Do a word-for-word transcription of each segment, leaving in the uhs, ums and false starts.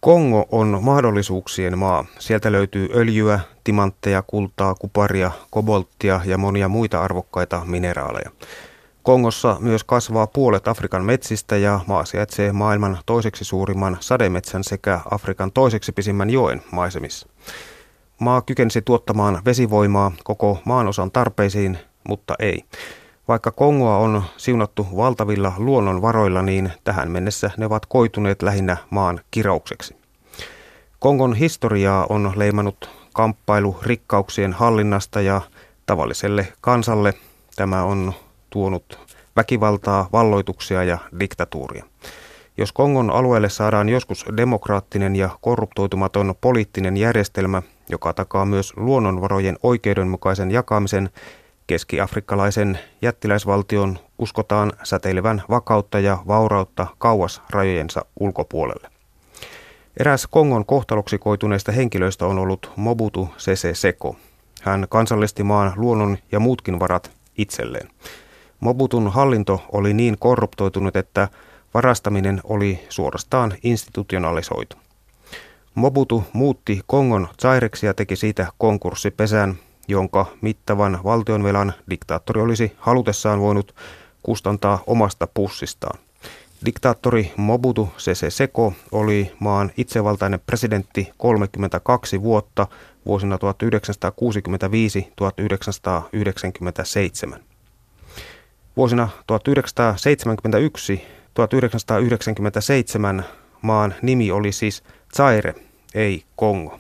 Kongo on mahdollisuuksien maa. Sieltä löytyy öljyä, timantteja, kultaa, kuparia, kobolttia ja monia muita arvokkaita mineraaleja. Kongossa myös kasvaa puolet Afrikan metsistä ja maa sijaitsee maailman toiseksi suurimman sademetsän sekä Afrikan toiseksi pisimmän joen maisemissa. Maa kykenisi tuottamaan vesivoimaa koko maanosan tarpeisiin, mutta ei. Vaikka Kongoa on siunattu valtavilla luonnonvaroilla, niin tähän mennessä ne ovat koituneet lähinnä maan kiroukseksi. Kongon historiaa on leimannut kamppailu rikkauksien hallinnasta ja tavalliselle kansalle tämä on tuonut väkivaltaa, valloituksia ja diktatuuria. Jos Kongon alueelle saadaan joskus demokraattinen ja korruptoitumaton poliittinen järjestelmä, joka takaa myös luonnonvarojen oikeudenmukaisen jakamisen, keski-afrikkalaisen jättiläisvaltion uskotaan säteilevän vakautta ja vaurautta kauas rajojensa ulkopuolelle. Eräs Kongon kohtaloksi koituneista henkilöistä on ollut Mobutu Sese Seko. Hän kansallisti maan luonnon ja muutkin varat itselleen. Mobutun hallinto oli niin korruptoitunut, että varastaminen oli suorastaan institutionalisoitu. Mobutu muutti Kongon Zaireksi ja teki siitä konkurssipesän, jonka mittavan valtionvelan diktaattori olisi halutessaan voinut kustantaa omasta pussistaan. Diktaattori Mobutu Sese Seko oli maan itsevaltainen presidentti kolmekymmentäkaksi vuotta vuosina tuhatyhdeksänsataakuusikymmentäviisi - tuhatyhdeksänsataayhdeksänkymmentäseitsemän. Vuosina tuhatyhdeksänsataaseitsemänkymmentäyksi - tuhatyhdeksänsataayhdeksänkymmentäseitsemän maan nimi oli siis Zaire, ei Kongo.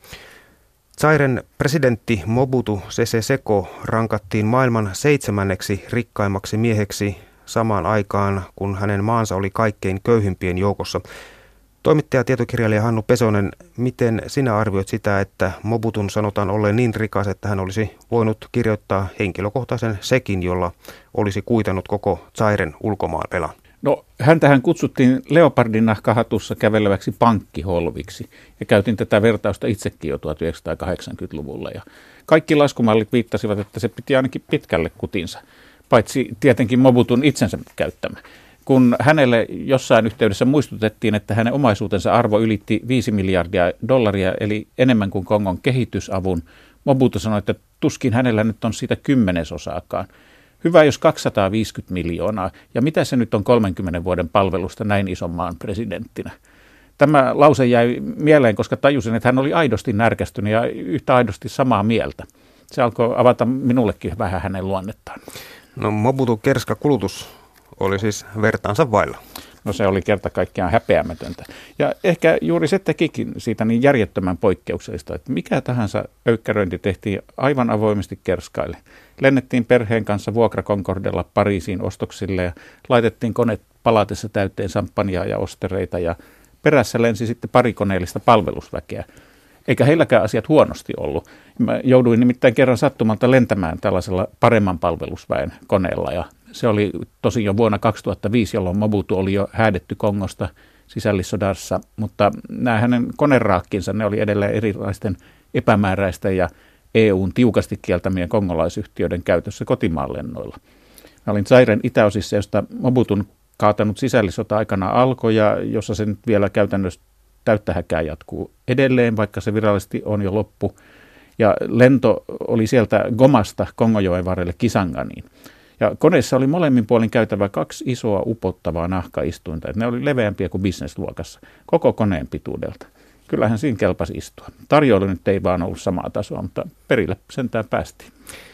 Zairen presidentti Mobutu Sese Seko rankattiin maailman seitsemänneksi rikkaimmaksi mieheksi samaan aikaan, kun hänen maansa oli kaikkein köyhimpien joukossa. Toimittaja tietokirjailija Hannu Pesonen, miten sinä arvioit sitä, että Mobutun sanotaan olleen niin rikas, että hän olisi voinut kirjoittaa henkilökohtaisen sekin, jolla olisi kuitannut koko Zairen ulkomaanvelan? No, häntähän kutsuttiin leopardin nahkahatussa käveleväksi pankkiholviksi ja käytin tätä vertausta itsekin jo tuhatyhdeksänsataakahdeksankymmentäluvulla. Ja kaikki laskumallit viittasivat, että se piti ainakin pitkälle kutinsa, paitsi tietenkin Mobutun itsensä käyttämä. Kun hänelle jossain yhteydessä muistutettiin, että hänen omaisuutensa arvo ylitti viisi miljardia dollaria, eli enemmän kuin Kongon kehitysavun, Mobutu sanoi, että tuskin hänellä nyt on siitä kymmenesosaakaan. Hyvä, jos kaksisataaviisikymmentä miljoonaa. Ja mitä se nyt on kolmenkymmenen vuoden palvelusta näin ison maan presidenttinä? Tämä lause jäi mieleen, koska tajusin, että hän oli aidosti närkästynyt ja yhtä aidosti samaa mieltä. Se alkoi avata minullekin vähän hänen luonnettaan. No Mobutun kerska kulutus oli siis vertaansa vailla. No se oli kerta kaikkiaan häpeämätöntä. Ja ehkä juuri se tekikin siitä niin järjettömän poikkeuksellista, että mikä tahansa öykkäröinti tehtiin aivan avoimesti kerskaille. Lennettiin perheen kanssa vuokrakonkordella Pariisiin ostoksille ja laitettiin koneet palatessa täyteen samppania ja ostereita ja perässä lensi sitten pari koneellista palvelusväkeä. Eikä heilläkään asiat huonosti ollut. Mä jouduin nimittäin kerran sattumalta lentämään tällaisella paremman palvelusväen koneella ja se oli tosin jo vuonna kaksituhattaviisi, jolloin Mobutu oli jo häädetty Kongosta sisällissodassa, mutta nämä hänen koneraakkinsa, ne oli edelleen erilaisten epämääräisten ja E U:n tiukasti kieltämien kongolaisyhtiöiden käytössä kotimaan lennoilla. Mä olin Zairen itäosissa, josta Mobutun kaatanut sisällissota aikana alkoi ja jossa se nyt vielä käytännössä täyttä häkää jatkuu edelleen, vaikka se virallisesti on jo loppu. Ja lento oli sieltä Gomasta Kongojoen varrelle Kisanganiin. Ja koneessa oli molemmin puolin käytävä kaksi isoa upottavaa nahkaistuinta. Ne oli leveämpiä kuin bisnesluokassa, koko koneen pituudelta. Kyllähän siinä kelpasi istua. Tarjoilu nyt ei vaan ollut samaa tasoa, mutta perille sentään päästiin.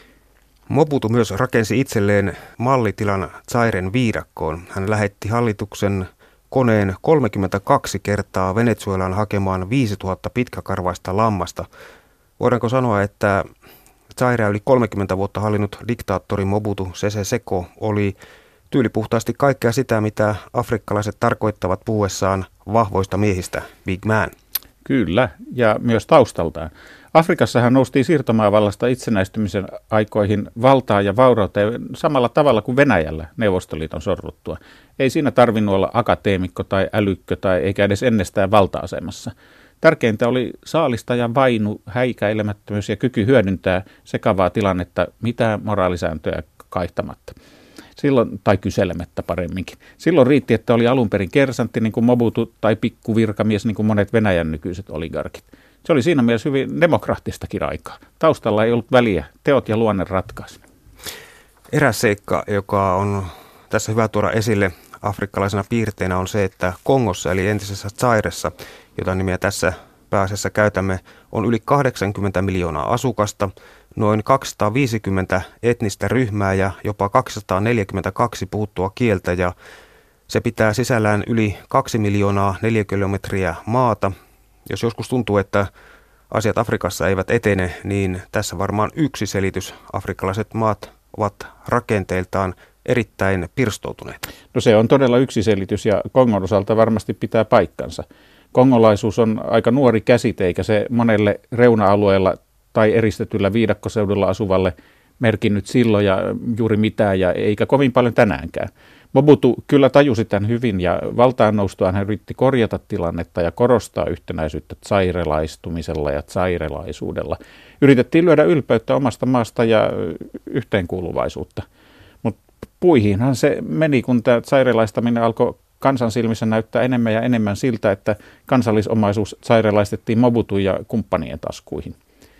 Mobutu myös rakensi itselleen mallitilan Zairen viidakkoon. Hän lähetti hallituksen koneen kolmekymmentäkaksi kertaa Venezuelaan hakemaan viisituhatta pitkäkarvaista lammasta. Voidaanko sanoa, että Zaire yli kolmekymmentä vuotta hallinnut diktaattori Mobutu Sese Seko oli tyylipuhtaasti kaikkea sitä, mitä afrikkalaiset tarkoittavat puhuessaan vahvoista miehistä, big man. Kyllä, ja myös taustaltaan. Afrikassahan noustiin siirtomaavallasta itsenäistymisen aikoihin valtaa ja vaurautta samalla tavalla kuin Venäjällä Neuvostoliiton sorruttua. Ei siinä tarvinnut olla akateemikko tai älykkö tai eikä edes ennestään valta-asemassa. Tärkeintä oli saalistajan vainu, häikäilemättömyys ja kyky hyödyntää sekavaa tilannetta mitään moraalisääntöjä kaihtamatta. Silloin, tai kyselemättä paremminkin. Silloin riitti, että oli alun perin kersantti, niin kuin Mobutu, tai pikkuvirkamies, niin kuin monet Venäjän nykyiset oligarkit. Se oli siinä mielessä hyvin demokraattistakin aikaa. Taustalla ei ollut väliä, teot ja luonne ratkaisi. Eräs seikka, joka on tässä hyvä tuoda esille afrikkalaisena piirteinä, on se, että Kongossa eli entisessä Zairessa, jota nimiä tässä pääasiassa käytämme, on yli kahdeksankymmentä miljoonaa asukasta, noin kaksisataaviisikymmentä etnistä ryhmää ja jopa kaksisataaneljäkymmentäkaksi puhuttua kieltä, ja se pitää sisällään yli kaksi miljoonaa neliökilometriä maata. Jos joskus tuntuu, että asiat Afrikassa eivät etene, niin tässä varmaan yksi selitys. Afrikkalaiset maat ovat rakenteiltaan erittäin pirstoutuneita. No se on todella yksi selitys ja Kongon osalta varmasti pitää paikkansa. Kongolaisuus on aika nuori käsite, eikä se monelle reuna-alueella tai eristetyllä viidakkoseudulla asuvalle merkinnyt silloin ja juuri mitään, ja eikä kovin paljon tänäänkään. Mobutu kyllä tajusi tämän hyvin, ja valtaan noustuaan hän yritti korjata tilannetta ja korostaa yhtenäisyyttä zairelaistumisella ja zairelaisuudella. Yritettiin lyödä ylpeyttä omasta maasta ja yhteenkuuluvaisuutta. Mutta puihinhan se meni, kun tämä zairelaistaminen alkoi kansan silmissä näyttää enemmän ja enemmän siltä, että kansallisomaisuus zairelaistettiin Mobutun ja kumppanien taskuihin.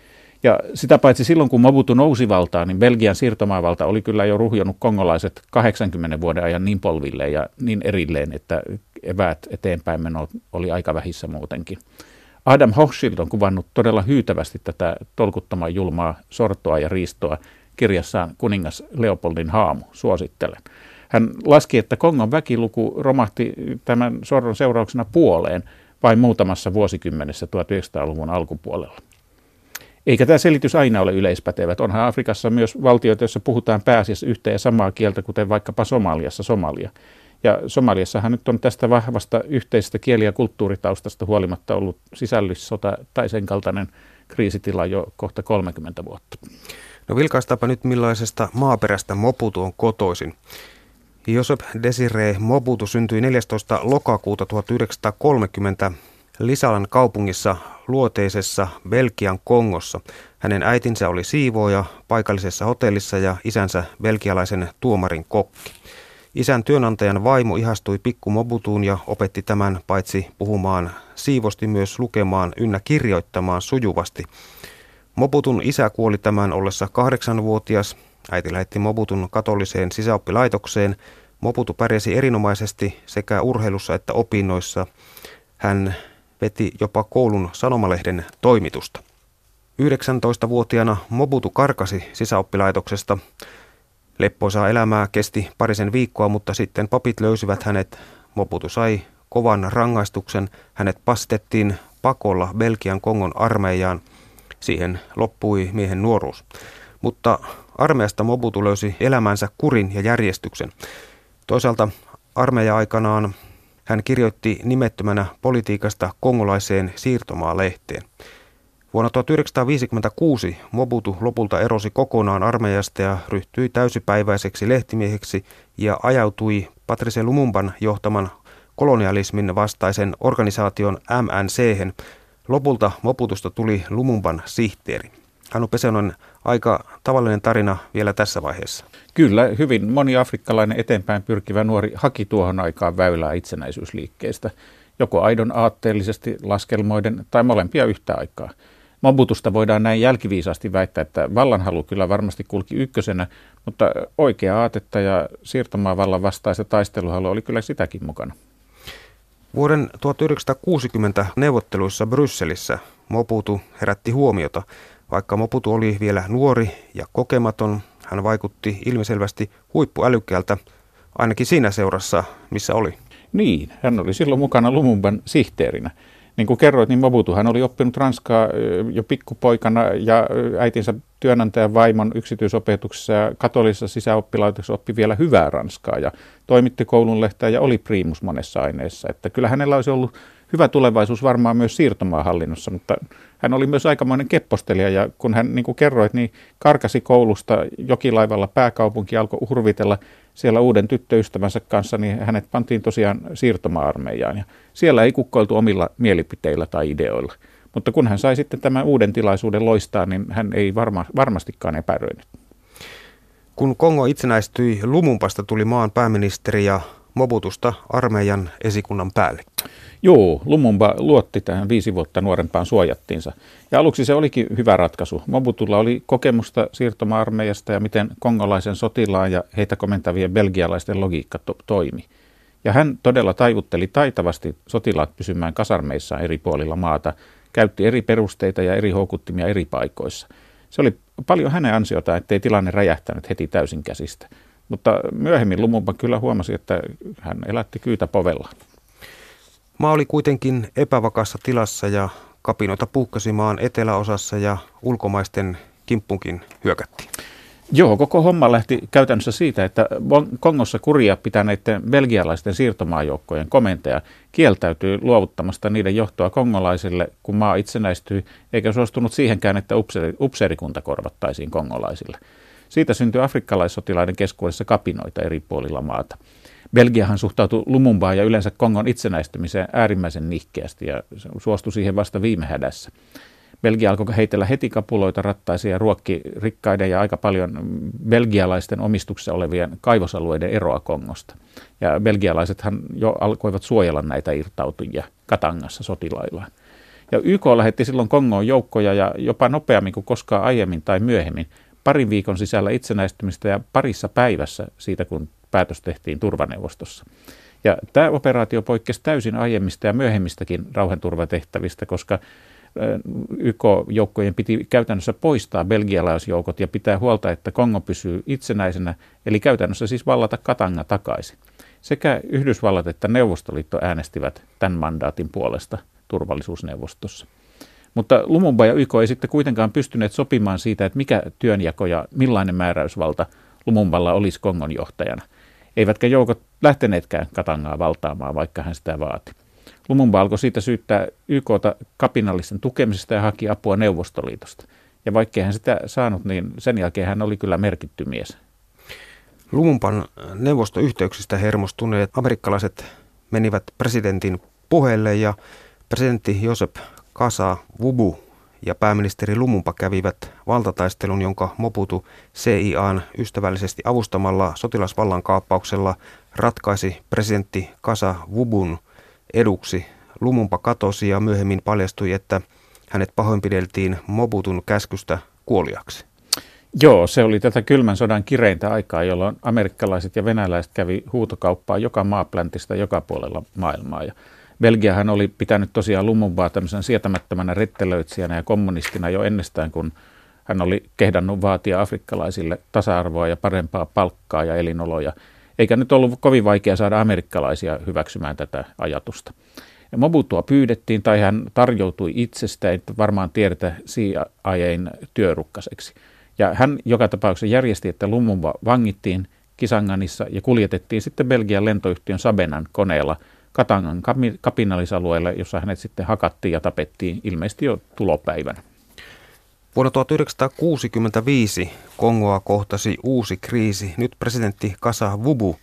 Ja sitä paitsi silloin, kun Mobutu nousi valtaan, niin Belgian siirtomaavalta oli kyllä jo ruhjonnut kongolaiset kahdeksankymmenen vuoden ajan niin polvilleen ja niin erilleen, että eväät eteenpäin meno oli aika vähissä muutenkin. Adam Hochschild on kuvannut todella hyytävästi tätä tolkuttoman julmaa sortoa ja riistoa kirjassaan Kuningas Leopoldin haamu, suosittelen. Hän laski, että Kongon väkiluku romahti tämän sorron seurauksena puoleen vain muutamassa vuosikymmenessä tuhatyhdeksänsataaluvun alkupuolella. Eikä tämä selitys aina ole yleispätevä. Onhan Afrikassa myös valtioita, joissa puhutaan pääasiassa yhtä ja samaa kieltä, kuten vaikkapa Somaliassa Somalia. Ja Somaliassahan nyt on tästä vahvasta yhteisestä kieli- ja kulttuuritaustasta huolimatta ollut sisällissota tai sen kaltainen kriisitila jo kohta kolmekymmentä vuotta. No vilkaistaanpa nyt millaisesta maaperästä Mobutu on kotoisin. Joseph Désiré Mobutu syntyi neljästoista lokakuuta tuhatyhdeksänsataakolmekymmentä Lisalan kaupungissa luoteisessa Belgian Kongossa. Hänen äitinsä oli siivooja paikallisessa hotellissa ja isänsä belgialaisen tuomarin kokki. Isän työnantajan vaimo ihastui pikku Mobutuun ja opetti tämän paitsi puhumaan siivosti myös lukemaan ynnä kirjoittamaan sujuvasti. Mobutun isä kuoli tämän ollessa kahdeksanvuotias. Äiti lähetti Mobutun katoliseen sisäoppilaitokseen. Mobutu pärjäsi erinomaisesti sekä urheilussa että opinnoissa. Hän veti jopa koulun sanomalehden toimitusta. yhdeksäntoistavuotiaana Mobutu karkasi sisäoppilaitoksesta. Leppoisaa elämää kesti parisen viikkoa, mutta sitten papit löysivät hänet. Mobutu sai kovan rangaistuksen. Hänet pastettiin pakolla Belgian Kongon armeijaan. Siihen loppui miehen nuoruus. Mutta armeijasta Mobutu löysi elämänsä kurin ja järjestyksen. Toisaalta armeija-aikanaan hän kirjoitti nimettömänä politiikasta kongolaiseen siirtomaa-lehteen. Vuonna tuhatyhdeksänsataaviisikymmentäkuusi Mobutu lopulta erosi kokonaan armeijasta ja ryhtyi täysipäiväiseksi lehtimieheksi ja ajautui Patrice Lumumban johtaman kolonialismin vastaisen organisaation M N C:hen. Lopulta Mobutusta tuli Lumumban sihteeri. Hannu Pesonen, aika tavallinen tarina vielä tässä vaiheessa. Kyllä, hyvin moni afrikkalainen eteenpäin pyrkivä nuori haki tuohon aikaan väylää itsenäisyysliikkeestä, joko aidon aatteellisesti laskelmoiden tai molempia yhtä aikaa. Mobutusta voidaan näin jälkiviisaasti väittää, että vallanhalu kyllä varmasti kulki ykkösenä, mutta oikea aatetta ja siirtomaavallan vastaista taisteluhalua oli kyllä sitäkin mukana. Vuoden tuhatyhdeksänsataakuusikymmentä neuvotteluissa Brysselissä Mobutu herätti huomiota. Vaikka Mobutu oli vielä nuori ja kokematon, hän vaikutti ilmiselvästi huippuälykkäältä, ainakin siinä seurassa, missä oli. Niin, hän oli silloin mukana Lumumban sihteerinä. Niin kuin kerroit, niin Mobutuhan oli oppinut ranskaa jo pikkupoikana ja äitinsä työnantajan vaimon yksityisopetuksessa ja katolisessa sisäoppilaitoksessa oppi vielä hyvää ranskaa ja toimitti koulunlehteä ja oli priimus monessa aineessa. Että kyllä hänellä olisi ollut hyvä tulevaisuus varmaan myös siirtomaahallinnossa, mutta hän oli myös aikamoinen keppostelija ja kun hän, niin kuin kerroit, niin karkasi koulusta jokilaivalla pääkaupunki alkoi hurvitella siellä uuden tyttöystävänsä kanssa, niin hänet pantiin tosiaan siirtoma-armeijaan ja siellä ei kukkoiltu omilla mielipiteillä tai ideoilla. Mutta kun hän sai sitten tämän uuden tilaisuuden loistaa, niin hän ei varma, varmastikaan epäröinyt. Kun Kongo itsenäistyi, Lumumpasta tuli maan pääministeri ja Mobutusta armeijan esikunnan päällikkö. Joo, Lumumba luotti tähän viisi vuotta nuorempaan suojattiinsa. Ja aluksi se olikin hyvä ratkaisu. Mobutulla oli kokemusta siirtoma-armeijasta ja miten kongolaisen sotilaan ja heitä komentavien belgialaisten logiikka to- toimi. Ja hän todella taivutteli taitavasti sotilaat pysymään kasarmeissaan eri puolilla maata, käytti eri perusteita ja eri houkuttimia eri paikoissa. Se oli paljon hänen ansiotaan, ettei tilanne räjähtänyt heti täysin käsistä. Mutta myöhemmin Lumumba kyllä huomasi, että hän elätti kyytä povellaan. Maa oli kuitenkin epävakaassa tilassa ja kapinoita puukkasi maan eteläosassa ja ulkomaisten kimppunkin hyökättiin. Joo, koko homma lähti käytännössä siitä, että Kongossa kuria pitäneiden belgialaisten siirtomaajoukkojen komentaja kieltäytyi luovuttamasta niiden johtoa kongolaisille, kun maa itsenäistyi, eikä suostunut siihenkään, että upseerikunta korvattaisiin kongolaisille. Siitä syntyi afrikkalaissotilaiden keskuudessa kapinoita eri puolilla maata. Belgiahan suhtautui Lumumbaan ja yleensä Kongon itsenäistymiseen äärimmäisen nihkeästi ja suostui siihen vasta viime hädässä. Belgia alkoi heitellä heti kapuloita rattaisiin ja ruokki rikkaiden ja aika paljon belgialaisten omistuksessa olevien kaivosalueiden eroa Kongosta. Ja belgialaisethan jo alkoivat suojella näitä irtautujia Katangassa sotilaillaan. Ja Y K lähetti silloin Kongoon joukkoja ja jopa nopeammin kuin koskaan aiemmin tai myöhemmin, parin viikon sisällä itsenäistymistä ja parissa päivässä siitä, kun päätös tehtiin turvaneuvostossa. Ja tämä operaatio poikkesi täysin aiemmista ja myöhemmistäkin rauhanturvatehtävistä, koska Y K-joukkojen piti käytännössä poistaa belgialaisjoukot ja pitää huolta, että Kongo pysyy itsenäisenä, eli käytännössä siis vallata Katanga takaisin. Sekä Yhdysvallat että Neuvostoliitto äänestivät tämän mandaatin puolesta turvallisuusneuvostossa. Mutta Lumumba ja Y K ei sitten kuitenkaan pystyneet sopimaan siitä, että mikä työnjako ja millainen määräysvalta Lumumballa olisi Kongon johtajana. Eivätkä joukot lähteneetkään Katangaa valtaamaan, vaikka hän sitä vaati. Lumumba alkoi siitä syyttää Y K:ta kapinallisten tukemisesta ja haki apua Neuvostoliitosta. Ja vaikkei hän sitä saanut, niin sen jälkeen hän oli kyllä merkitty mies. Lumumban neuvostoyhteyksistä hermostuneet amerikkalaiset menivät presidentin puheelle ja presidentti Joseph Kasa-Vubu ja pääministeri Lumumba kävivät valtataistelun, jonka Mobutu C I A:n ystävällisesti avustamalla sotilasvallankaappauksella ratkaisi presidentti Kasa-Vubun eduksi. Lumumba katosi ja myöhemmin paljastui, että hänet pahoinpideltiin Mobutun käskystä kuoliaksi. Joo, se oli tätä kylmän sodan kireintä aikaa, jolloin amerikkalaiset ja venäläiset kävi huutokauppaa joka maapläntistä joka puolella maailmaa. Ja Belgiahan oli pitänyt tosiaan Lumumbaa tämmöisen sietämättömänä rettelöitsijänä ja kommunistina jo ennestään, kun hän oli kehdannut vaatia afrikkalaisille tasa-arvoa ja parempaa palkkaa ja elinoloja. Eikä nyt ollut kovin vaikea saada amerikkalaisia hyväksymään tätä ajatusta. Ja Mobutua pyydettiin tai hän tarjoutui itsestä, ei varmaan tiedetä C I A:n työrukkaseksi. Ja hän joka tapauksessa järjesti, että Lumumba vangittiin Kisanganissa ja kuljetettiin sitten Belgian lentoyhtiön Sabenan koneella Katangan kapinallisalueelle, jossa hänet sitten hakattiin ja tapettiin ilmeisesti jo tulopäivänä. Vuonna tuhatyhdeksänsataakuusikymmentäviisi Kongoa kohtasi uusi kriisi. Nyt presidentti Kasa-Vubu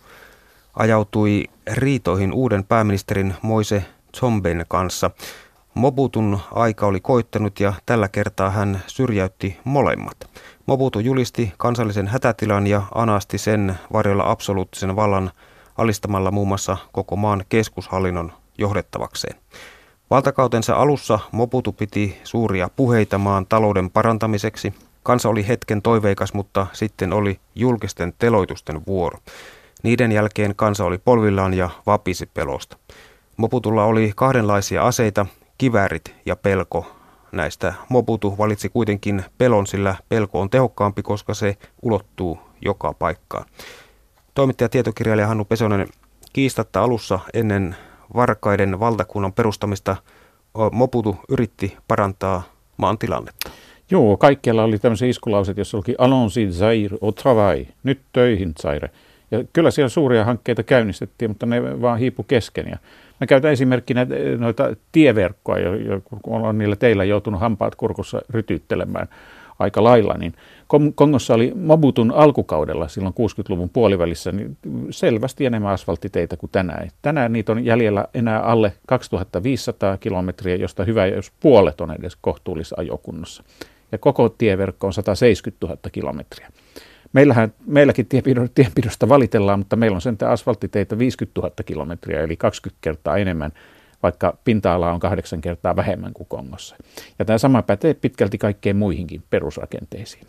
ajautui riitoihin uuden pääministerin Moise Tsomben kanssa. Mobutun aika oli koittanut ja tällä kertaa hän syrjäytti molemmat. Mobutu julisti kansallisen hätätilan ja anasti sen varjolla absoluuttisen vallan alistamalla muun muassa koko maan keskushallinnon johdettavakseen. Valtakautensa alussa Mobutu piti suuria puheita maan talouden parantamiseksi. Kansa oli hetken toiveikas, mutta sitten oli julkisten teloitusten vuoro. Niiden jälkeen kansa oli polvillaan ja vapisi pelosta. Mobutulla oli kahdenlaisia aseita, kiväärit ja pelko. Näistä Mobutu valitsi kuitenkin pelon, sillä pelko on tehokkaampi, koska se ulottuu joka paikkaan. Toimittaja tietokirjailija Hannu Pesonen, kiistatta alussa ennen Varkaiden valtakunnan perustamista Mobutu yritti parantaa maan tilannetta. Joo, kaikkialla oli tämmöisiä iskulauset, jossa olikin Allons-y Zaire au travail, nyt töihin Zaire. Ja kyllä siellä suuria hankkeita käynnistettiin, mutta ne vaan hiipu kesken. Ja mä käytän esimerkkinä noita tieverkkoa, kun on niillä teillä joutunut hampaat kurkussa rytyttelemään aika lailla, niin Kongossa oli Mobutun alkukaudella silloin kuusikymmentäluvun puolivälissä niin selvästi enemmän asfalttiteitä kuin tänään. Tänään niitä on jäljellä enää alle kaksituhattaviisisataa kilometriä, josta hyvä jos puolet on edes kohtuullisessa ajokunnossa. Ja koko tieverkko on sataseitsemänkymmentätuhatta kilometriä. Meillähän, meilläkin tienpidosta valitellaan, mutta meillä on sentään asfalttiteitä viisikymmentätuhatta kilometriä, eli kaksikymmentä kertaa enemmän, vaikka pinta-ala on kahdeksan kertaa vähemmän kuin Kongossa. Ja tämä sama pätee pitkälti kaikkeen muihinkin perusrakenteisiin.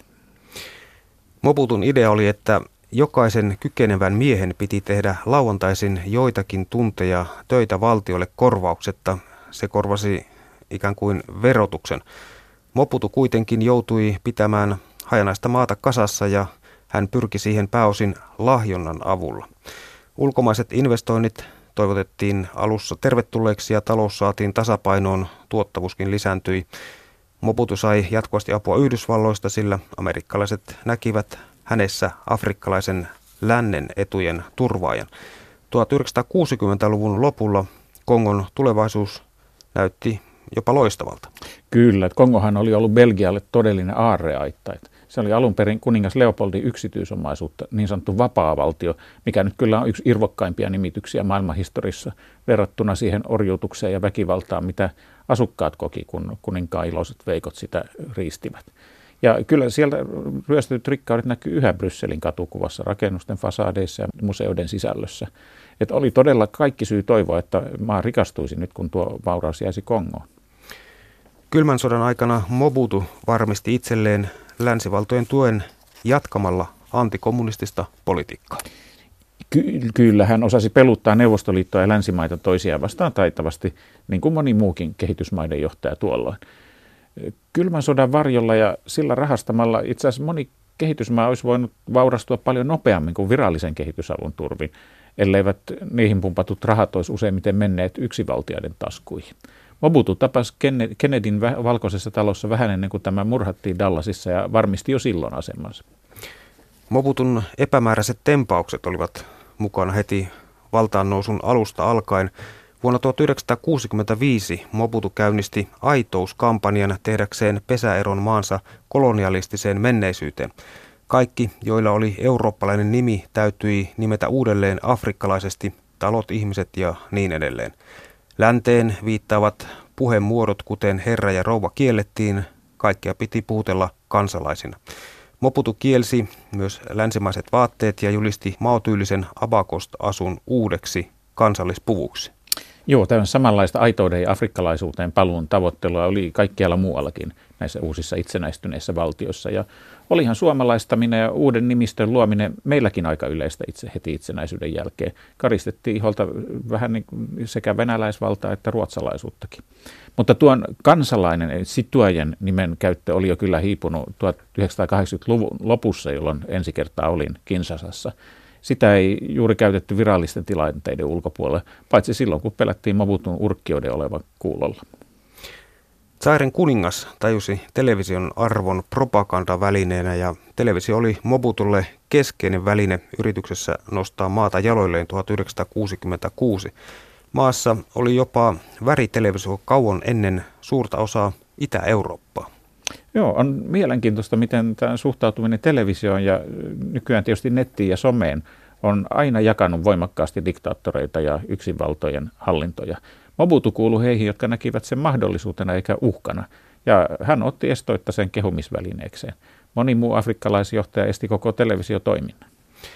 Mobutun idea oli, että jokaisen kykenevän miehen piti tehdä lauantaisin joitakin tunteja töitä valtiolle korvauksetta. Se korvasi ikään kuin verotuksen. Mobutu kuitenkin joutui pitämään hajanaista maata kasassa ja hän pyrki siihen pääosin lahjonnan avulla. Ulkomaiset investoinnit toivotettiin alussa tervetulleeksi ja talous saatiin tasapainoon, tuottavuuskin lisääntyi. Mobutu sai jatkuvasti apua Yhdysvalloista, sillä amerikkalaiset näkivät hänessä afrikkalaisen lännen etujen turvaajan. tuhatyhdeksänsataakuusikymmentäluvun lopulla Kongon tulevaisuus näytti jopa loistavalta. Kyllä, että Kongohan oli ollut Belgialle todellinen aarreaitta. Se oli alun perin kuningas Leopoldin yksityisomaisuutta, niin sanottu vapaa-valtio, mikä nyt kyllä on yksi irvokkaimpia nimityksiä maailmanhistoriassa verrattuna siihen orjuutukseen ja väkivaltaan, mitä asukkaat koki, kun kuninkaan iloiset veikot sitä riistivät. Ja kyllä sieltä ryöstetyt rikkaudet näkyy yhä Brysselin katukuvassa, rakennusten fasadeissa ja museoiden sisällössä. Että oli todella kaikki syy toivoa, että maa rikastuisi nyt, kun tuo vauraus jäisi Kongoon. Kylmän sodan aikana Mobutu varmisti itselleen länsivaltojen tuen jatkamalla antikommunistista politiikkaa. Ky- kyllä, hän osasi peluttaa Neuvostoliittoa ja länsimaita toisiaan vastaan taitavasti, niin kuin moni muukin kehitysmaiden johtaja tuolloin. Kylmän sodan varjolla ja sillä rahastamalla itse asiassa moni kehitysmaa olisi voinut vaurastua paljon nopeammin kuin virallisen kehitysavun turvin, elleivät niihin pumpatut rahat olisi useimmiten menneet yksivaltioiden taskuihin. Mobutu tapasi Kennedyn valkoisessa talossa vähän ennen kuin tämä murhattiin Dallasissa ja varmisti jo silloin asemansa. Mobutun epämääräiset tempaukset olivat mukana heti valtaan nousun alusta alkaen. Vuonna tuhatyhdeksänsataakuusikymmentäviisi Mobutu käynnisti aitouskampanjan tehdäkseen pesäeron maansa kolonialistiseen menneisyyteen. Kaikki, joilla oli eurooppalainen nimi, täytyi nimetä uudelleen afrikkalaisesti, talot, ihmiset ja niin edelleen. Länteen viittaavat puhemuodot, kuten herra ja rouva, kiellettiin, kaikkea piti puhutella kansalaisina. Mobutu kielsi myös länsimaiset vaatteet ja julisti maotyylisen abakost-asun uudeksi kansallispuvuksi. Joo, tämä samanlaista aitouden ja afrikkalaisuuteen paluun tavoittelua oli kaikkialla muuallakin näissä uusissa itsenäistyneissä valtioissa. Ja olihan suomalaistaminen ja uuden nimistön luominen meilläkin aika yleistä itse heti itsenäisyyden jälkeen. Karistettiin iholta vähän niin sekä venäläisvaltaa että ruotsalaisuuttakin. Mutta tuon kansalainen Citoyen nimen käyttö oli jo kyllä hiipunut tuhatyhdeksänsataakahdeksankymmentäluvun lopussa, jolloin ensi kertaa olin Kinshasassa. Sitä ei juuri käytetty virallisten tilanteiden ulkopuolella, paitsi silloin, kun pelättiin Mobutun urkkioiden olevan kuulolla. Zairen kuningas tajusi television arvon propagandavälineenä ja televisio oli Mobutulle keskeinen väline yrityksessä nostaa maata jaloilleen tuhatyhdeksänsataakuusikymmentäkuusi. Maassa oli jopa väritelevisio kauan ennen suurta osaa Itä-Eurooppaa. Joo, on mielenkiintoista, miten tämä suhtautuminen televisioon ja nykyään tietysti nettiin ja someen on aina jakanut voimakkaasti diktaattoreita ja yksinvaltojen hallintoja. Mobutu kuului heihin, jotka näkivät sen mahdollisuutena eikä uhkana, ja hän otti estoitta sen kehumisvälineekseen. Moni muu afrikkalaisjohtaja esti koko televisiotoiminnan.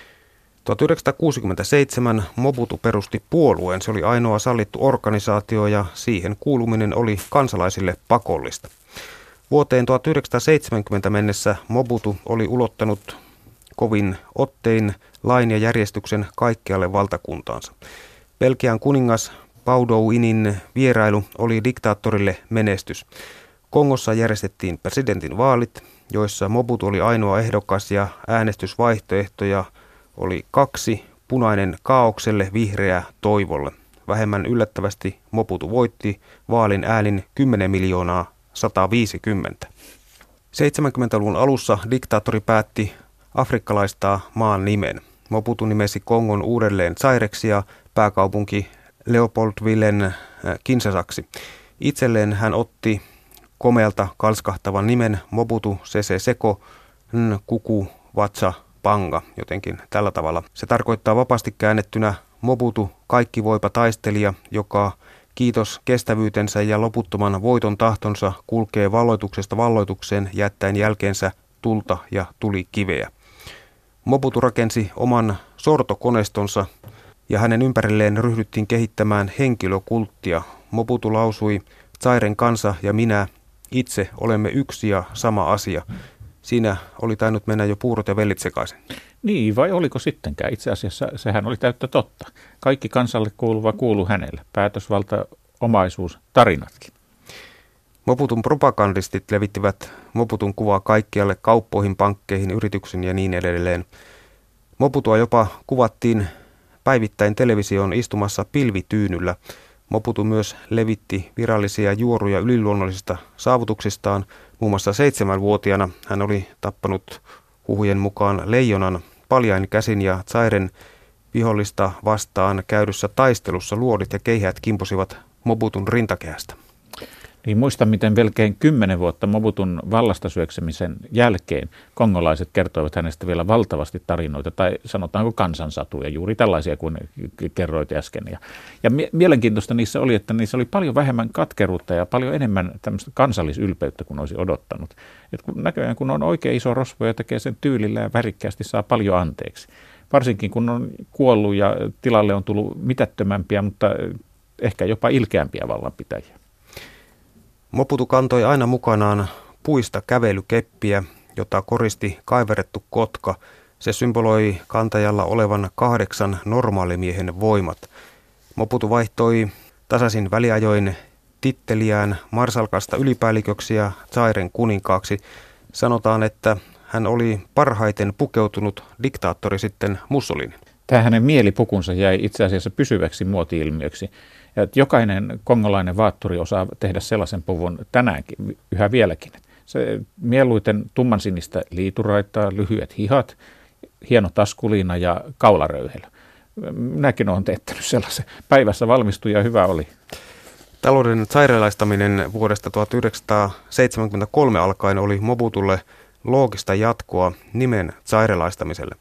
tuhatyhdeksänsataakuusikymmentäseitsemän Mobutu perusti puolueen. Se oli ainoa sallittu organisaatio ja siihen kuuluminen oli kansalaisille pakollista. Vuoteen tuhatyhdeksänsataaseitsemänkymmentä mennessä Mobutu oli ulottanut kovin ottein lain ja järjestyksen kaikkialle valtakuntaansa. Belgian kuningas Baudouinin vierailu oli diktaattorille menestys. Kongossa järjestettiin presidentin vaalit, joissa Mobutu oli ainoa ehdokas ja äänestysvaihtoehtoja oli kaksi, punainen kaaokselle, vihreä toivolle. Vähemmän yllättävästi Mobutu voitti vaalin äänin kymmenen miljoonaa sata viisikymmentä. seitsemänkymmentäluvun alussa diktaattori päätti afrikkalaistaa maan nimen. Mobutu nimesi Kongon uudelleen Zaireksi ja pääkaupunki Leopoldvillen Kinshasaksi. Itselleen hän otti komealta kalskahtavan nimen Mobutu Sese Seko Nkuku Watsa Panga, jotenkin tällä tavalla. Se tarkoittaa vapaasti käännettynä Mobutu kaikkivoipa taistelija, joka kiitos kestävyytensä ja loputtoman voiton tahtonsa kulkee valloituksesta valloitukseen jättäen jälkeensä tulta ja tulikiveä. Mobutu rakensi oman sortokoneistonsa ja hänen ympärilleen ryhdyttiin kehittämään henkilökulttia. Mobutu lausui, Zairen kansa ja minä itse olemme yksi ja sama asia. Siinä oli tainnut mennä jo puurot ja vellit sekaisin. Niin, vai oliko sittenkään? Itse asiassa sehän oli täyttä totta. Kaikki kansalle kuuluva kuuluu hänelle. Päätösvalta, omaisuus, tarinatkin. Mobutun propagandistit levittivät Mobutun kuvaa kaikkialle kauppoihin, pankkeihin, yrityksiin ja niin edelleen. Mobutua jopa kuvattiin päivittäin televisioon istumassa pilvityynyllä. Mobutu myös levitti virallisia juoruja yliluonnollisista saavutuksistaan. Muun muassa seitsemänvuotiaana hän oli tappanut huhujen mukaan leijonan paljain käsin ja Zairen vihollista vastaan käydyssä taistelussa luodit ja keihäät kimposivat Mobutun rintakehästä. Niin muistan, miten melkein kymmenen vuotta Mobutun vallasta syöksemisen jälkeen kongolaiset kertoivat hänestä vielä valtavasti tarinoita, tai sanotaanko kansansatuja, juuri tällaisia kuin kerroit äsken. Ja, ja mie- mielenkiintoista niissä oli, että niissä oli paljon vähemmän katkeruutta ja paljon enemmän tämmöistä kansallisylpeyttä kuin olisi odottanut. Et kun näköjään kun on oikein iso rosvo ja tekee sen tyylillä ja värikkäästi, saa paljon anteeksi. Varsinkin kun on kuollut ja tilalle on tullut mitättömämpiä, mutta ehkä jopa ilkeämpiä vallanpitäjiä. Mobutu kantoi aina mukanaan puista kävelykeppiä, jota koristi kaiverrettu kotka. Se symboloi kantajalla olevan kahdeksan normaalimiehen voimat. Mobutu vaihtoi tasaisin väliajoin titteliään marsalkasta ylipäälliköksi ja Zairen kuninkaaksi. Sanotaan, että hän oli parhaiten pukeutunut diktaattori sitten Mussolini. Tämä hänen mielipukunsa jäi itse asiassa pysyväksi muoti-ilmiöksi. Ja jokainen kongolainen vaatturi osaa tehdä sellaisen puvun tänäänkin, yhä vieläkin. Se mieluiten tummansinistä liituraitaa, lyhyet hihat, hieno taskuliina ja kaularöyhelö. Minäkin olen teettänyt sellaisen. Päivässä valmistui ja hyvä oli. Talouden zairelaistaminen vuodesta tuhatyhdeksänsataaseitsemänkymmentäkolme alkaen oli Mobutulle loogista jatkoa nimen zairelaistamiselle.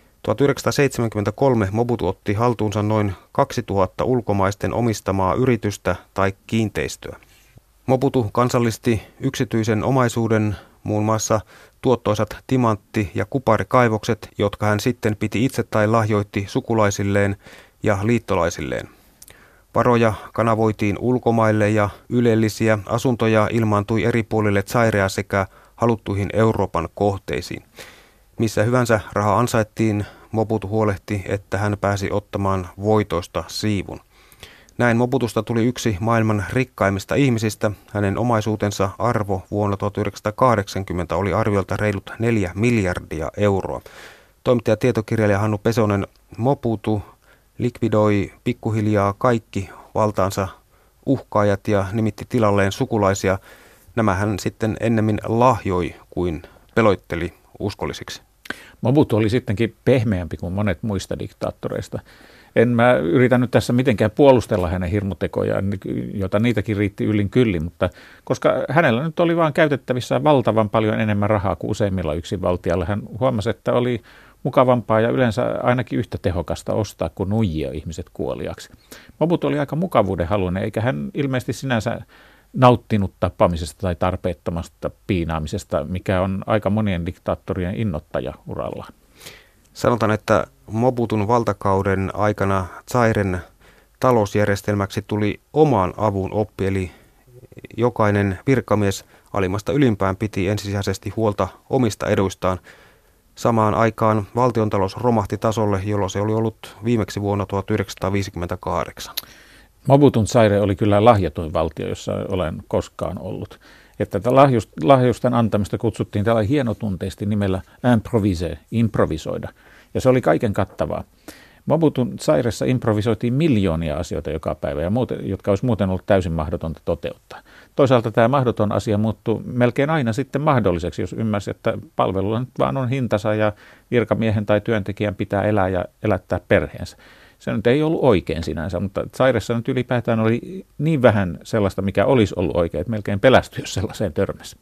tuhatyhdeksänsataaseitsemänkymmentäkolme Mobutu otti haltuunsa noin kaksituhatta ulkomaisten omistamaa yritystä tai kiinteistöä. Mobutu kansallisti yksityisen omaisuuden, muun muassa tuottoisat timantti- ja kuparikaivokset, jotka hän sitten piti itse tai lahjoitti sukulaisilleen ja liittolaisilleen. Varoja kanavoitiin ulkomaille ja ylellisiä asuntoja ilmaantui eri puolille Zairea sekä haluttuihin Euroopan kohteisiin. Missä hyvänsä raha ansaittiin, Mobutu huolehti, että hän pääsi ottamaan voitoista siivun. Näin Mobutusta tuli yksi maailman rikkaimmista ihmisistä. Hänen omaisuutensa arvo vuonna tuhatyhdeksänsataakahdeksankymmentä oli arviolta reilut neljä miljardia euroa. Toimittaja tietokirjailija Hannu Pesonen, Mobutu likvidoi pikkuhiljaa kaikki valtaansa uhkaajat ja nimitti tilalleen sukulaisia. Nämä hän sitten ennemmin lahjoi kuin peloitteli uskollisiksi. Mobutu oli sittenkin pehmeämpi kuin monet muista diktaattoreista. En mä yritä nyt tässä mitenkään puolustella hänen hirmutekojaan, jota niitäkin riitti yllin kyllin, mutta koska hänellä nyt oli vaan käytettävissä valtavan paljon enemmän rahaa kuin useimmilla yksinvaltialla, hän huomasi, että oli mukavampaa ja yleensä ainakin yhtä tehokasta ostaa kuin nuijia ihmiset kuoliaksi. Mobutu oli aika mukavuuden haluinen, eikä hän ilmeisesti sinänsä nauttinut tappamisesta tai tarpeettomasta piinaamisesta, mikä on aika monien diktaattorien innoittaja urallaan. Sanotaan, että Mobutun valtakauden aikana Zairen talousjärjestelmäksi tuli oman avun oppi, eli jokainen virkamies alimmasta ylimpään piti ensisijaisesti huolta omista eduistaan. Samaan aikaan valtiontalous romahti tasolle, jolloin se oli ollut viimeksi vuonna tuhatyhdeksänsataaviisikymmentäkahdeksan. Mobutun Zaire oli kyllä lahjatuin valtio, jossa olen koskaan ollut. Että tätä lahjust, lahjusten antamista kutsuttiin tällä hienotunteisesti nimellä improviser, improvisoida. Ja se oli kaiken kattavaa. Mobutun Zairessa improvisoitiin miljoonia asioita joka päivä, ja muuten, jotka olisi muuten ollut täysin mahdotonta toteuttaa. Toisaalta tämä mahdoton asia muuttui melkein aina sitten mahdolliseksi, jos ymmärsi, että palvelulla nyt vaan on hintansa ja virkamiehen tai työntekijän pitää elää ja elättää perheensä. Se nyt ei ollut oikein sinänsä, mutta Zairessa nyt ylipäätään oli niin vähän sellaista, mikä olisi ollut oikein, että melkein pelästyi, jos sellaiseen törmäsi.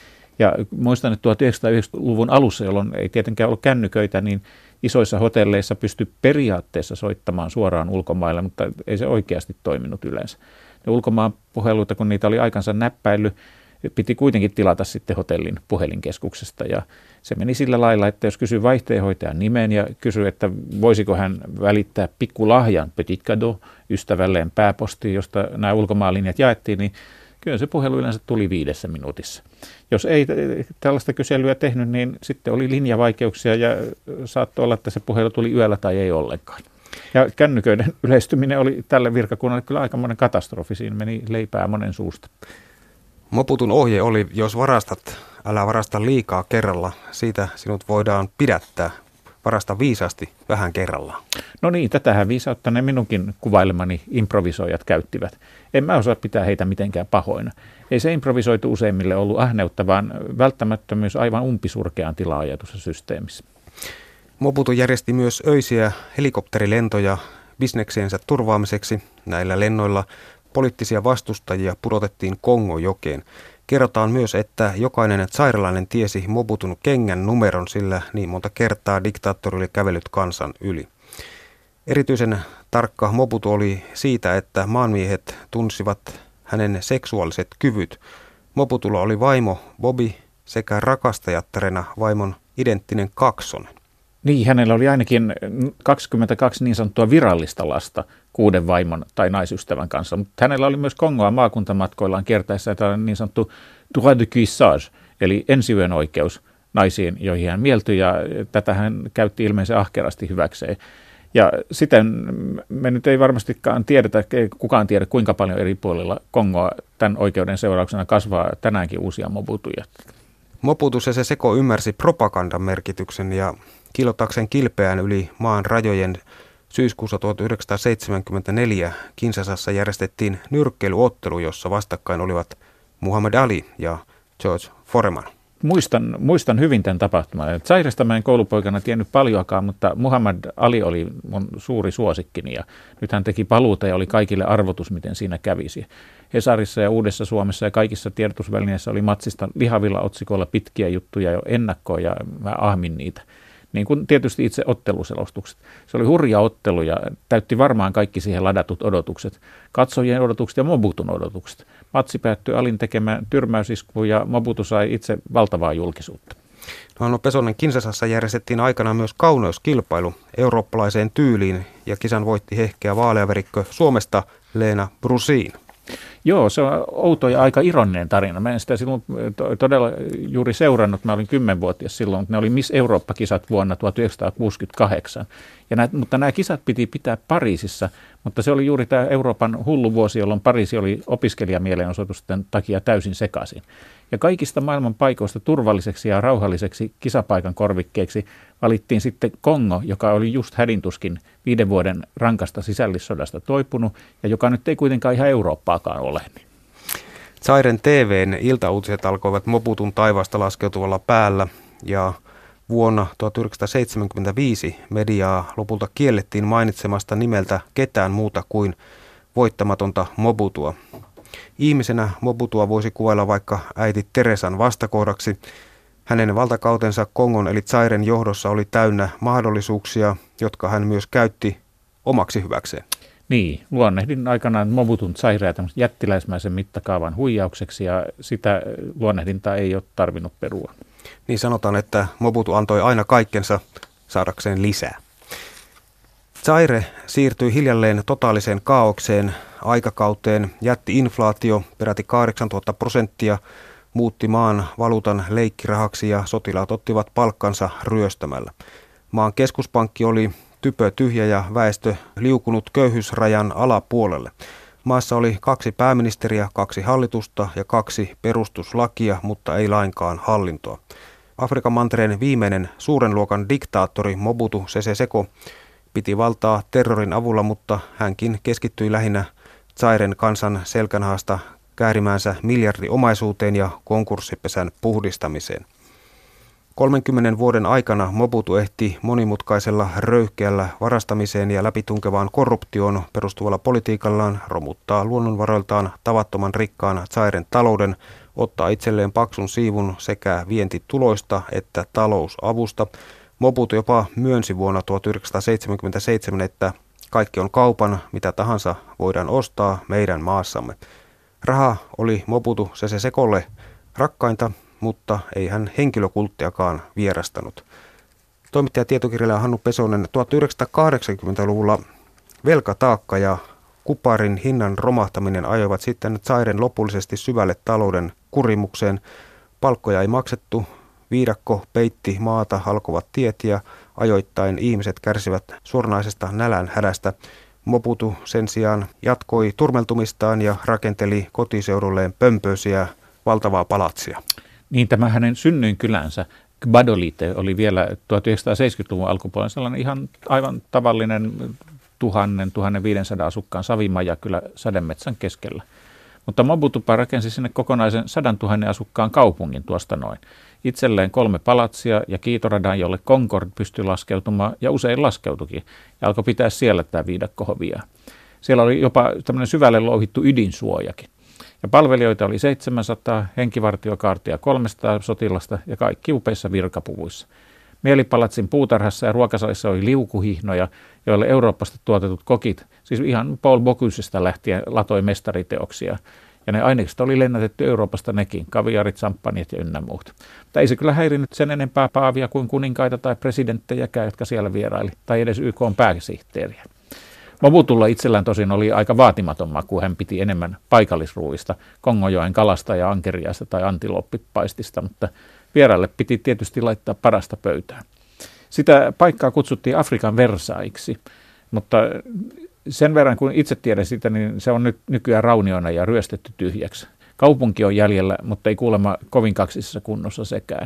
Ja muistan, että tuhatyhdeksänsataayhdeksänkymmentäluvun alussa, jolloin ei tietenkään ollut kännyköitä, niin isoissa hotelleissa pystyi periaatteessa soittamaan suoraan ulkomaille, mutta ei se oikeasti toiminut yleensä. Ne ulkomaan puheluita, kun niitä oli aikansa näppäily, piti kuitenkin tilata sitten hotellin puhelinkeskuksesta ja se meni sillä lailla, että jos kysyy vaihteenhoitajan nimen ja kysyy, että voisiko hän välittää pikkulahjan petit cadeau ystävälleen pääpostiin, josta nämä ulkomaanlinjat jaettiin, niin kyllä se puhelu yleensä tuli viidessä minuutissa. Jos ei tällaista kyselyä tehnyt, niin sitten oli linjavaikeuksia ja saattoi olla, että se puhelu tuli yöllä tai ei ollenkaan. Ja kännyköiden yleistyminen oli tälle virkakunnalle kyllä aikamoinen katastrofi. Siinä meni leipää monen suusta. Moputun ohje oli, jos varastat, älä varasta liikaa kerralla. Siitä sinut voidaan pidättää. Varasta viisaasti vähän kerrallaan. No niin, tätähän viisautta ne minunkin kuvailemani improvisoijat käyttivät. En mä osaa pitää heitä mitenkään pahoina. Ei se improvisoitu useimmille ollut ahneutta, vaan välttämättömyys aivan umpisurkeaan tila-ajatussa systeemissä. Mobutu järjesti myös öisiä helikopterilentoja bisneksiensä turvaamiseksi. Näillä lennoilla poliittisia vastustajia pudotettiin Kongo-jokeen. Kerrotaan myös, että jokainen sairalainen tiesi Mobutun kengän numeron, sillä niin monta kertaa diktaattori oli kävellyt kansan yli. Erityisen tarkka Mobutu oli siitä, että maanmiehet tunsivat hänen seksuaaliset kyvyt. Mobutulla oli vaimo Bobby sekä rakastajattarena vaimon identtinen kaksonen. Niin, hänellä oli ainakin kaksikymmentäkaksi niin sanottua virallista lasta kuuden vaimon tai naisystävän kanssa, mutta hänellä oli myös Kongoa maakuntamatkoillaan kiertäessä tällainen niin sanottu droit de cuissage, eli ensiyön oikeus naisiin, joihin hän mieltyi, ja tätä hän käytti ilmeisen ahkerasti hyväkseen. Ja siten me nyt ei varmastikaan tiedetä, kukaan tiedä kuinka paljon eri puolilla Kongoa tämän oikeuden seurauksena kasvaa tänäänkin uusia mobutuja. Mobutu se seko ymmärsi propagandan merkityksen ja kilotakseen kilpeään yli maan rajojen syyskuussa tuhatyhdeksänsataaseitsemänkymmentäneljä Kinshasassa järjestettiin nyrkkeilyottelu, jossa vastakkain olivat Muhammad Ali ja George Foreman. Muistan, muistan hyvin tämän tapahtuman. Zairesta mä en koulupoikana tiennyt paljoakaan, mutta Muhammad Ali oli mun suuri suosikkini ja nyt hän teki paluuta ja oli kaikille arvotus, miten siinä kävisi. Hesarissa ja Uudessa Suomessa ja kaikissa tiedotusvälineissä oli matsista lihavilla otsikoilla pitkiä juttuja jo ennakkoon ja mä ahmin niitä. Niin kuin tietysti itse otteluselostukset. Se oli hurja ottelu ja täytti varmaan kaikki siihen ladatut odotukset. Katsojien odotukset ja Mobutun odotukset. Matsi päättyi Alin tekemään tyrmäysiskuun ja Mobutu sai itse valtavaa julkisuutta. No, no Pesonen, Kinshasassa järjestettiin aikana myös kauneuskilpailu eurooppalaiseen tyyliin ja kisan voitti hehkeä vaaleaverikkö Suomesta Leena Brusin. Joo, se on outo ja aika ironinen tarina. Mä en sitä silloin todella juuri seurannut. Mä olin kymmenvuotias silloin, mutta ne oli Miss Eurooppa-kisat vuonna tuhatyhdeksänsataakuusikymmentäkahdeksan. Ja nämä, mutta nämä kisat piti pitää Pariisissa, mutta se oli juuri tämä Euroopan hullu vuosi, jolloin Pariisi oli opiskelijamielenosoitusten takia täysin sekaisin. Ja kaikista maailman paikoista turvalliseksi ja rauhalliseksi kisapaikan korvikkeeksi valittiin sitten Kongo, joka oli just hädintuskin viiden vuoden rankasta sisällissodasta toipunut ja joka nyt ei kuitenkaan ihan Eurooppaakaan ole. Zairen T V:n iltauutiset alkoivat Mobutun taivaasta laskeutuvalla päällä ja vuonna tuhatyhdeksänsataaseitsemänkymmentäviisi mediaa lopulta kiellettiin mainitsemasta nimeltä ketään muuta kuin voittamatonta Mobutua. Ihmisenä Mobutua voisi kuvailla vaikka äiti Teresan vastakohdaksi. Hänen valtakautensa Kongon eli Zairen johdossa oli täynnä mahdollisuuksia, jotka hän myös käytti omaksi hyväkseen. Niin, luonnehdin aikanaan Mobutun Zairea tämmöisen jättiläismäisen mittakaavan huijaukseksi ja sitä luonnehdintaa ei ole tarvinnut perua. Niin sanotaan, että Mobutu antoi aina kaikkensa saadakseen lisää. Zaire siirtyi hiljalleen totaaliseen kaaukseen aikakauteen, jätti inflaatio peräti kahdeksantuhatta prosenttia, muutti maan valuutan leikkirahaksi ja sotilaat ottivat palkkansa ryöstämällä. Maan keskuspankki oli typö tyhjä ja väestö liukunut köyhyysrajan alapuolelle. Maassa oli kaksi pääministeriä, kaksi hallitusta ja kaksi perustuslakia, mutta ei lainkaan hallintoa. Afrikan mantereen viimeinen suuren luokan diktaattori Mobutu Sese Seko piti valtaa terrorin avulla, mutta hänkin keskittyi lähinnä Zairen kansan selkänahasta käärimäänsä miljardiomaisuuteen ja konkurssipesän puhdistamiseen. kolmenkymmenen vuoden aikana Mobutu ehti monimutkaisella röyhkeällä varastamiseen ja läpitunkevaan korruptioon perustuvalla politiikallaan romuttaa luonnonvaroiltaan tavattoman rikkaan Zairen talouden, ottaa itselleen paksun siivun sekä vientituloista että talousavusta. Mobutu jopa myönsi vuonna tuhatyhdeksänsataaseitsemänkymmentäseitsemän, että kaikki on kaupan, mitä tahansa voidaan ostaa meidän maassamme. Raha oli Mobutu Sese Sekolle rakkainta, mutta ei hän henkilökulttiakaan vierastanut. Toimittaja tietokirjailija Hannu Pesonen, tuhatyhdeksänsataakahdeksankymmentäluvulla velkataakka ja kuparin hinnan romahtaminen ajoivat sitten Zairen lopullisesti syvälle talouden kurimukseen. Palkkoja ei maksettu, viidakko peitti maata halkovat tiet ja ajoittain ihmiset kärsivät suoranaisesta nälän hädästä. Mobutu sen sijaan jatkoi turmeltumistaan ja rakenteli kotiseudulleen pömpöisiä valtavaa palatsia. Niin tämä hänen synnyinkylänsä Gbadolite oli vielä tuhatyhdeksänsataaseitsemänkymmentäluvun alkupuolella sellainen ihan aivan tavallinen tuhannen, tuhatviisisataa asukkaan savimaja kyllä sademetsän keskellä. Mutta Mobutu rakensi sinne kokonaisen sadantuhannen asukkaan kaupungin tuosta noin. Itselleen kolme palatsia ja kiitoradan, jolle Concorde pystyi laskeutumaan ja usein laskeutukin. Ja alkoi pitää siellä tämä viidakkohovia. Siellä oli jopa tämmöinen syvälle louhittu ydinsuojakin. Ja palvelijoita oli seitsemänsataa, henkivartiokaartia kolmesataa sotilasta ja kaikki upeissa virkapuvuissa. Mielipalatsin puutarhassa ja ruokasalissa oli liukuhihnoja, joille Euroopasta tuotetut kokit, siis ihan Paul Bocusesta lähtien latoi mestariteoksia. Ja ne ainekset oli lennätetty Euroopasta nekin, kaviarit, samppanit ja ynnä muut. Mutta ei se kyllä häirinyt sen enempää paavia kuin kuninkaita tai presidenttejäkään, jotka siellä vieraili, tai edes Y K:n pääsihteeriä. Mobutulla itsellään tosin oli aika vaatimaton maku, hän piti enemmän paikallisruuista, Kongojoen kalasta ja ankeriaista tai antiloppipaistista, mutta vieraille piti tietysti laittaa parasta pöytään. Sitä paikkaa kutsuttiin Afrikan Versaiksi, mutta sen verran kun itse tiedän sitä, niin se on nyt nykyään rauniona ja ryöstetty tyhjäksi. Kaupunki on jäljellä, mutta ei kuulemma kovin kaksisessa kunnossa sekään.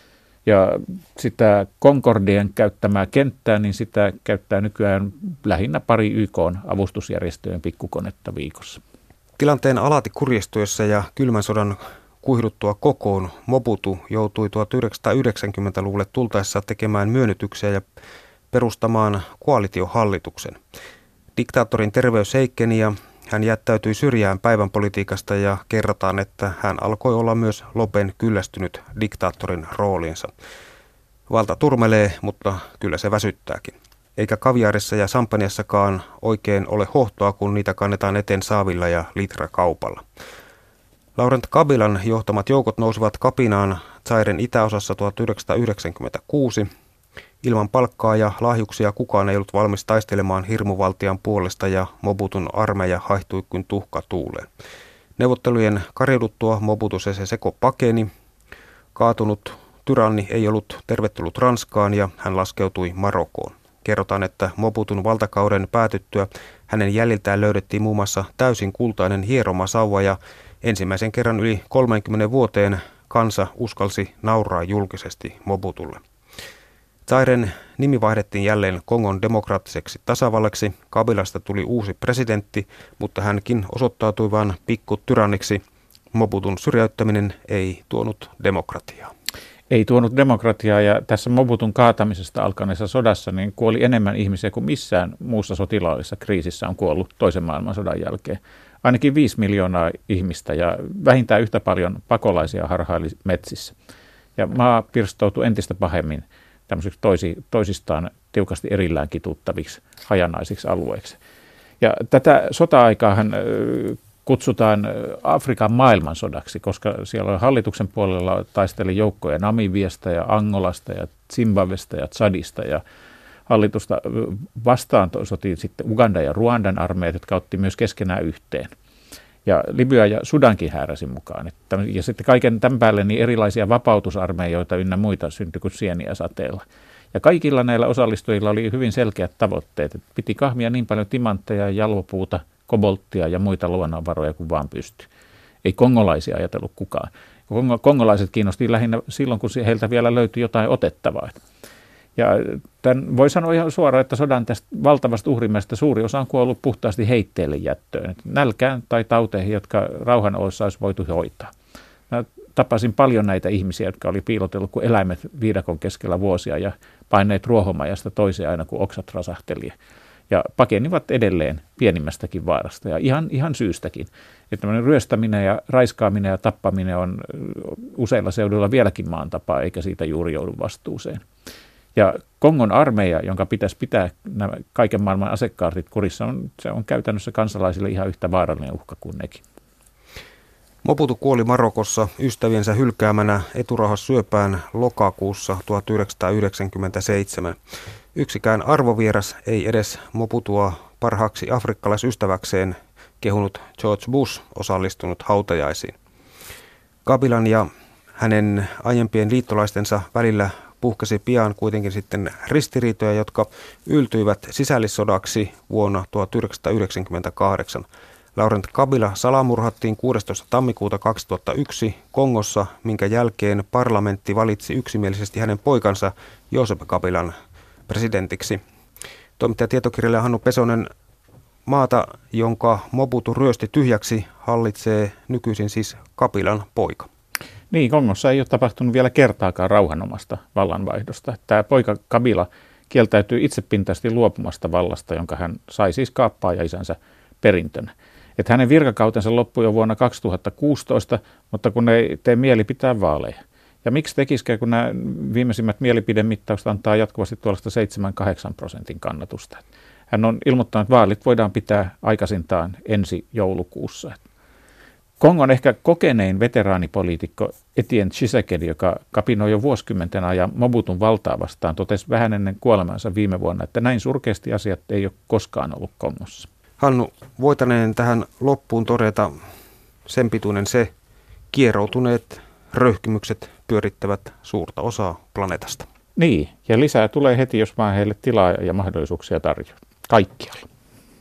Ja sitä Concordien käyttämää kenttää, niin sitä käyttää nykyään lähinnä pari Y K:n avustusjärjestöjen pikkukonetta viikossa. Tilanteen alati kurjistuessa ja kylmän sodan kuihduttua kokoon Mobutu joutui tuhatyhdeksänsataayhdeksänkymmentäluvulle tultaessa tekemään myönnytyksiä ja perustamaan koalitiohallituksen. Diktaattorin terveys heikkeni ja hän jättäytyi syrjään päivän politiikasta ja kerrotaan, että hän alkoi olla myös lopen kyllästynyt diktaattorin rooliinsa. Valta turmelee, mutta kyllä se väsyttääkin. Eikä kaviarissa ja sampaniassakaan oikein ole hohtoa, kun niitä kannetaan eteen saavilla ja litrakaupalla. Laurent Kabilan johtamat joukot nousivat kapinaan Zairen itäosassa tuhatyhdeksänsataayhdeksänkymmentäkuusi. Ilman palkkaa ja lahjuksia kukaan ei ollut valmis taistelemaan hirmuvaltian puolesta ja Mobutun armeija haihtui kuin tuhka tuuleen. Neuvottelujen kariuduttua Mobutu Sese Seko pakeni. Kaatunut tyranni ei ollut tervetullut Ranskaan ja hän laskeutui Marokkoon. Kerrotaan, että Mobutun valtakauden päätyttyä hänen jäljiltään löydettiin muun muassa täysin kultainen hieromasauva ja ensimmäisen kerran yli kolmeenkymmeneen vuoteen kansa uskalsi nauraa julkisesti Mobutulle. Zairen nimi vaihdettiin jälleen Kongon demokraattiseksi tasavallaksi. Kabilasta tuli uusi presidentti, mutta hänkin osoittautui vain pikkutyranniksi. Mobutun syrjäyttäminen ei tuonut demokratiaa. Ei tuonut demokratiaa ja tässä Mobutun kaatamisesta alkaneessa sodassa niin kuoli enemmän ihmisiä kuin missään muussa sotilaallisessa kriisissä on kuollut toisen maailmansodan jälkeen. Ainakin viisi miljoonaa ihmistä ja vähintään yhtä paljon pakolaisia harhaili metsissä. Ja maa pirstoutui entistä pahemmin tämmöisiksi toisi, toisistaan tiukasti erillään kituuttaviksi hajanaisiksi alueiksi. Ja tätä sota-aikaahan kutsutaan Afrikan maailmansodaksi, koska siellä hallituksen puolella taisteli joukkoja Namibiasta ja Angolasta ja Zimbabwesta ja Tsadista ja hallitusta vastaan sotiin sitten Uganda ja Ruandan armeijat, jotka otti myös keskenään yhteen. Ja Libya ja Sudankin hääräsi mukaan. Ja sitten kaiken tämän päälle niin erilaisia vapautusarmeijoita ynnä muita syntyi kuin sieniä sateella. Ja kaikilla näillä osallistujilla oli hyvin selkeät tavoitteet. Että piti kahmia niin paljon timantteja, jalvopuuta, kobolttia ja muita luonnonvaroja kuin vaan pystyi. Ei kongolaisia ajatellut kukaan. Kongolaiset kiinnosti lähinnä silloin, kun heiltä vielä löytyi jotain otettavaa. Ja tämän voi sanoa ihan suoraan, että sodan tästä valtavasta uhrimäärästä suuri osa on kuollut puhtaasti heitteelle jättöön. Nälkään tai tauteihin, jotka rauhan oloissa olisi voitu hoitaa. Mä tapasin paljon näitä ihmisiä, jotka oli piilotellut kuin eläimet viidakon keskellä vuosia ja paineet ruohomajasta toiseen aina kuin oksat rasahteli. Ja pakenivat edelleen pienimmästäkin vaarasta ja ihan, ihan syystäkin. Että tämmöinen ryöstäminen ja raiskaaminen ja tappaminen on useilla seuduilla vieläkin maan tapa, eikä siitä juuri joudu vastuuseen. Ja Kongon armeija, jonka pitäisi pitää nämä kaiken maailman asekaartit kurissa, on, se on käytännössä kansalaisille ihan yhtä vaarallinen uhka kuin nekin. Mobutu kuoli Marokossa ystäviensä hylkäämänä eturauhassyöpään lokakuussa tuhatyhdeksänsataayhdeksänkymmentäseitsemän. Yksikään arvovieras ei edes Mobutua parhaaksi afrikkalaisystäväkseen kehunut George Bush osallistunut hautajaisiin. Kabilan ja hänen aiempien liittolaistensa välillä puhkesi pian kuitenkin sitten ristiriitoja, jotka yltyivät sisällissodaksi vuonna tuhatyhdeksänsataayhdeksänkymmentäkahdeksan. Laurent Kabila salamurhattiin kuudestoista tammikuuta kaksituhattayksi Kongossa, minkä jälkeen parlamentti valitsi yksimielisesti hänen poikansa Joseph Kabilan presidentiksi. Toimittaja tietokirjailija Hannu Pesonen, maata, jonka Mobutu ryösti tyhjäksi, hallitsee nykyisin siis Kabilan poika. Niin, Kongossa ei ole tapahtunut vielä kertaakaan rauhanomasta vallanvaihdosta. Tämä poika Kabila kieltäytyy itsepintaisesti luopumasta vallasta, jonka hän sai siis kaappaaja isänsä perintönä. Että hänen virkakautensa loppui jo vuonna kaksituhattakuusitoista, mutta kun ei tee mieli pitää vaaleja. Ja miksi tekisikään, kun nämä viimeisimmät mielipidemittaukset antaa jatkuvasti tuollaista seitsemän kahdeksan prosentin kannatusta. Hän on ilmoittanut, että vaalit voidaan pitää aikaisintaan ensi joulukuussa. Kongon ehkä kokenein veteraanipoliitikko Etienne Tshisekedi, joka kapinoi jo vuosikymmenten ajan Mobutun valtaa vastaan, totesi vähän ennen kuolemansa viime vuonna, että näin surkeasti asiat ei ole koskaan ollut Kongossa. Hannu, voitaneen tähän loppuun todeta sen pituinen se, kieroutuneet röyhkimykset pyörittävät suurta osaa planeetasta. Niin, ja lisää tulee heti, jos vaan heille tilaa ja mahdollisuuksia tarjoaa. Kaikkialla.